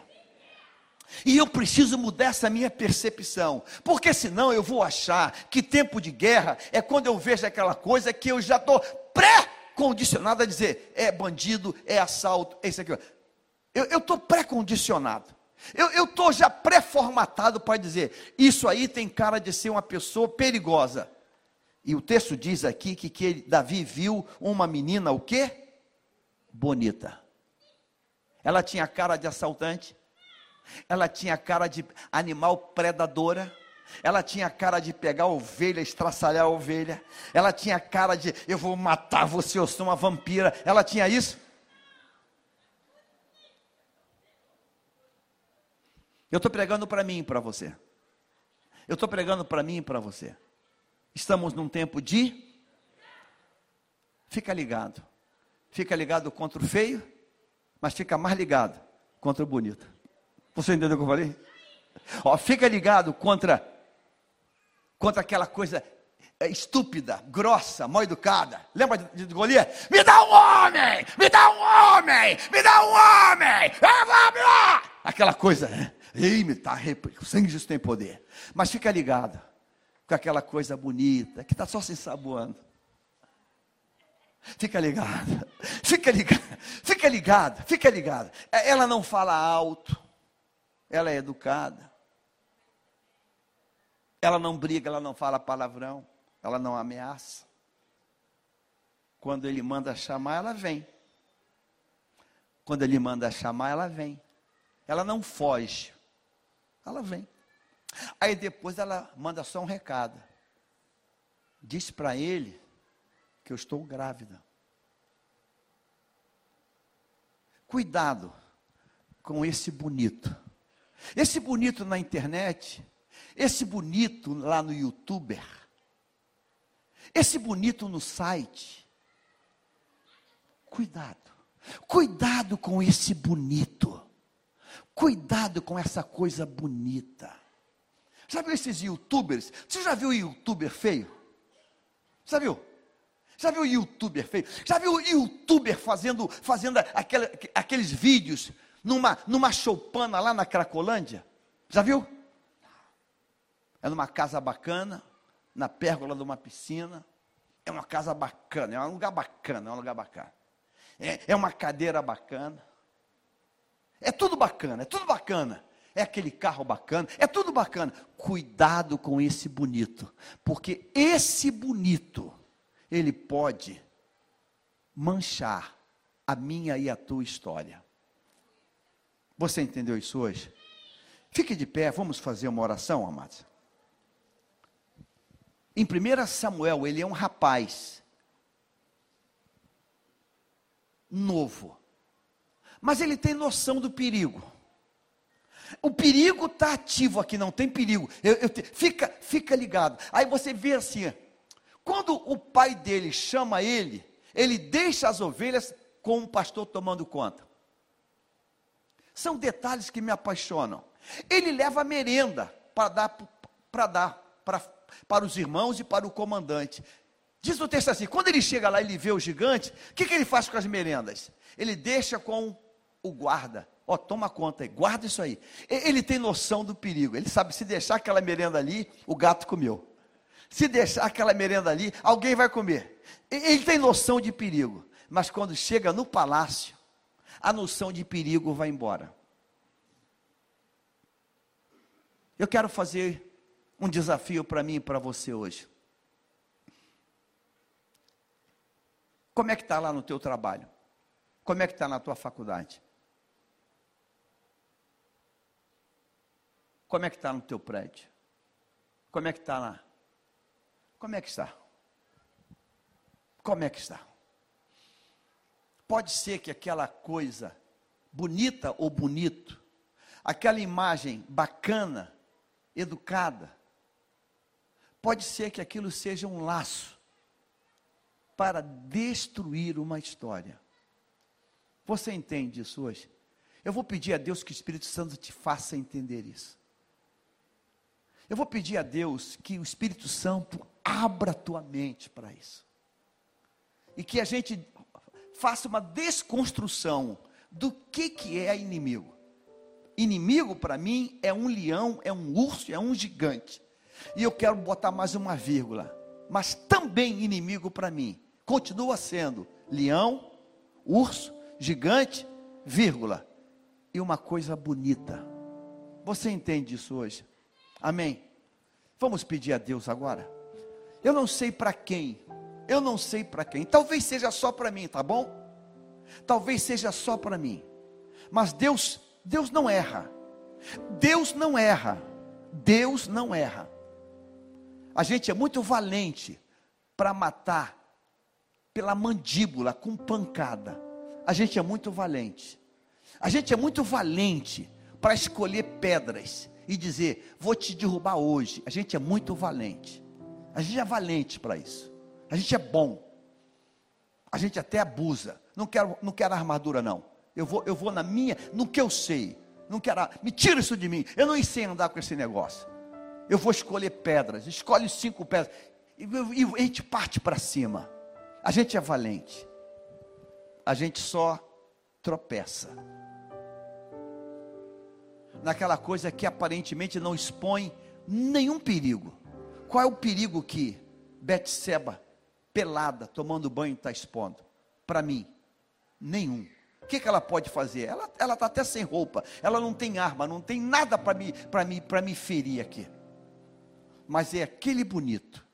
A: E eu preciso mudar essa minha percepção, porque senão eu vou achar que tempo de guerra é quando eu vejo aquela coisa que eu já estou pré-condicionado a dizer, é bandido, é assalto, é isso aqui. Eu estou pré-condicionado, eu estou já pré-formatado para dizer, isso aí tem cara de ser uma pessoa perigosa. E o texto diz aqui que, que ele, Davi viu uma menina, o quê? Bonita. Ela tinha cara de assaltante, ela tinha cara de animal predadora, ela tinha cara de pegar a ovelha, estraçalhar a ovelha, ela tinha cara de, eu vou matar você, eu sou uma vampira, ela tinha isso. Eu estou pregando para mim e para você, eu estou pregando para mim e para você, estamos num tempo de, fica ligado, fica ligado contra o feio, mas fica mais ligado contra o bonito. Você entendeu o que eu falei? Ó, fica ligado contra, contra aquela coisa estúpida, grossa, mal educada. Lembra de, de Golias? Me dá um homem! Me dá um homem! Me dá um homem! Eu vou abrir! Aquela coisa, né? Ei, me tá, o sangue de Jesus tem poder. Mas fica ligado com aquela coisa bonita, que está só se ensaboando. Fica ligado, fica ligado, fica ligado, fica ligado. Ela não fala alto, ela é educada, ela não briga, ela não fala palavrão, ela não ameaça. Quando ele manda chamar, ela vem. Quando ele manda chamar, ela vem. Ela não foge, ela vem. Aí depois ela manda só um recado. Diz para ele que eu estou grávida. Cuidado com esse bonito. Esse bonito na internet, esse bonito lá no YouTuber, esse bonito no site, Cuidado, cuidado com esse bonito, cuidado com essa coisa bonita. Já viu esses youtubers? Você já viu o youtuber feio? Já viu? Já viu o youtuber feio? Já viu o youtuber fazendo, fazendo aquela, aqueles vídeos numa, numa choupana lá na Cracolândia? Já viu? É numa casa bacana, na pérgola de uma piscina. É uma casa bacana, é um lugar bacana, é um lugar bacana. É, é uma cadeira bacana. É tudo bacana, é tudo bacana. É aquele carro bacana, é tudo bacana. Cuidado com esse bonito, porque esse bonito, ele pode manchar a minha e a tua história. Você entendeu isso hoje? Fique de pé, vamos fazer uma oração, amados. Em primeiro Samuel, ele é um rapaz novo, mas ele tem noção do perigo. O perigo está ativo aqui, não tem perigo. Eu, eu te, fica, fica ligado. Aí você vê assim, quando o pai dele chama ele, ele deixa as ovelhas com o pastor tomando conta. São detalhes que me apaixonam. Ele leva a merenda para dar, para dar para, para os irmãos e para o comandante. Diz o texto assim, quando ele chega lá e ele vê o gigante, o que, que ele faz com as merendas? Ele deixa com o guarda. Ó, oh, toma conta aí, guarda isso aí. Ele tem noção do perigo. Ele sabe, se deixar aquela merenda ali, o gato comeu. Se deixar aquela merenda ali, alguém vai comer. Ele tem noção de perigo. Mas quando chega no palácio, a noção de perigo vai embora. Eu quero fazer um desafio para mim e para você hoje. Como é que está lá no teu trabalho? Como é que está na tua faculdade? Como é que está no teu prédio? Como é que está lá? Como é que está? Como é que está? Pode ser que aquela coisa bonita ou bonito, aquela imagem bacana, educada, pode ser que aquilo seja um laço para destruir uma história. Você entende isso hoje? Eu vou pedir a Deus que o Espírito Santo te faça entender isso. Eu vou pedir a Deus que o Espírito Santo abra a tua mente para isso. E que a gente faça uma desconstrução do que, que é inimigo. Inimigo para mim é um leão, é um urso, é um gigante. E eu quero botar mais uma vírgula. Mas também inimigo para mim continua sendo leão, urso, gigante, vírgula. E uma coisa bonita. Você entende isso hoje? Amém? Vamos pedir a Deus agora. Eu não sei para quem. Eu não sei para quem. Talvez seja só para mim, tá bom? Talvez seja só para mim. Mas Deus, Deus não erra. Deus não erra. Deus não erra. A gente é muito valente para matar pela mandíbula, com pancada. A gente é muito valente. A gente é muito valente para escolher pedras e dizer, vou te derrubar hoje. A gente é muito valente. A gente é valente para isso. A gente é bom. A gente até abusa. Não quero, não quero armadura não. Eu vou, eu vou na minha, no que eu sei. Não quero, me tira isso de mim. Eu não sei andar com esse negócio. Eu vou escolher pedras. Escolhe cinco pedras. E, e, e a gente parte para cima. A gente é valente. A gente só tropeça naquela coisa que aparentemente não expõe nenhum perigo. Qual é o perigo que Betseba, pelada, tomando banho, está expondo? Para mim, nenhum. O que, que ela pode fazer? Ela ela está até sem roupa, ela não tem arma, não tem nada para me, para me, para me ferir aqui. Mas é aquele bonito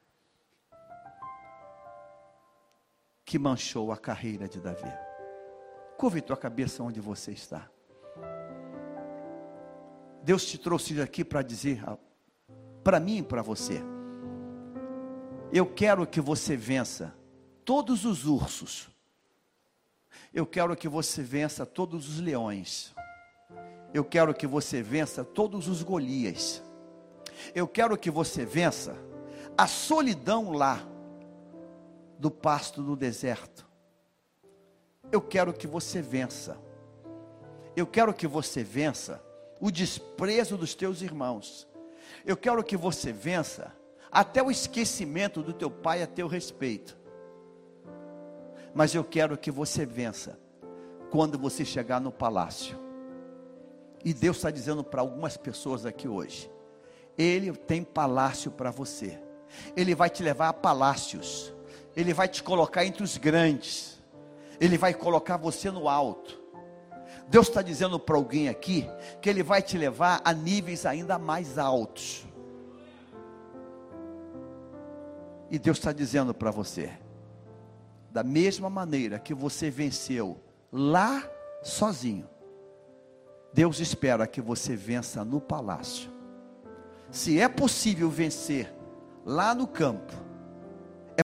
A: que manchou a carreira de Davi. Curve tua cabeça onde você está. Deus te trouxe aqui para dizer, para mim e para você, eu quero que você vença todos os ursos, eu quero que você vença todos os leões, eu quero que você vença todos os Golias, eu quero que você vença a solidão lá, do pasto do deserto. eu quero que você vença. Eu quero que você vença o desprezo dos teus irmãos. Eu quero que você vença até o esquecimento do teu pai a teu respeito. Mas eu quero que você vença quando você chegar no palácio. E Deus está dizendo para algumas pessoas aqui hoje: Ele tem palácio para você. Ele vai te levar a palácios. Ele vai te colocar entre os grandes. Ele vai colocar você no alto. Deus está dizendo para alguém aqui que Ele vai te levar a níveis ainda mais altos. E Deus está dizendo para você: da mesma maneira que você venceu lá sozinho, Deus espera que você vença no palácio. Se é possível vencer lá no campo,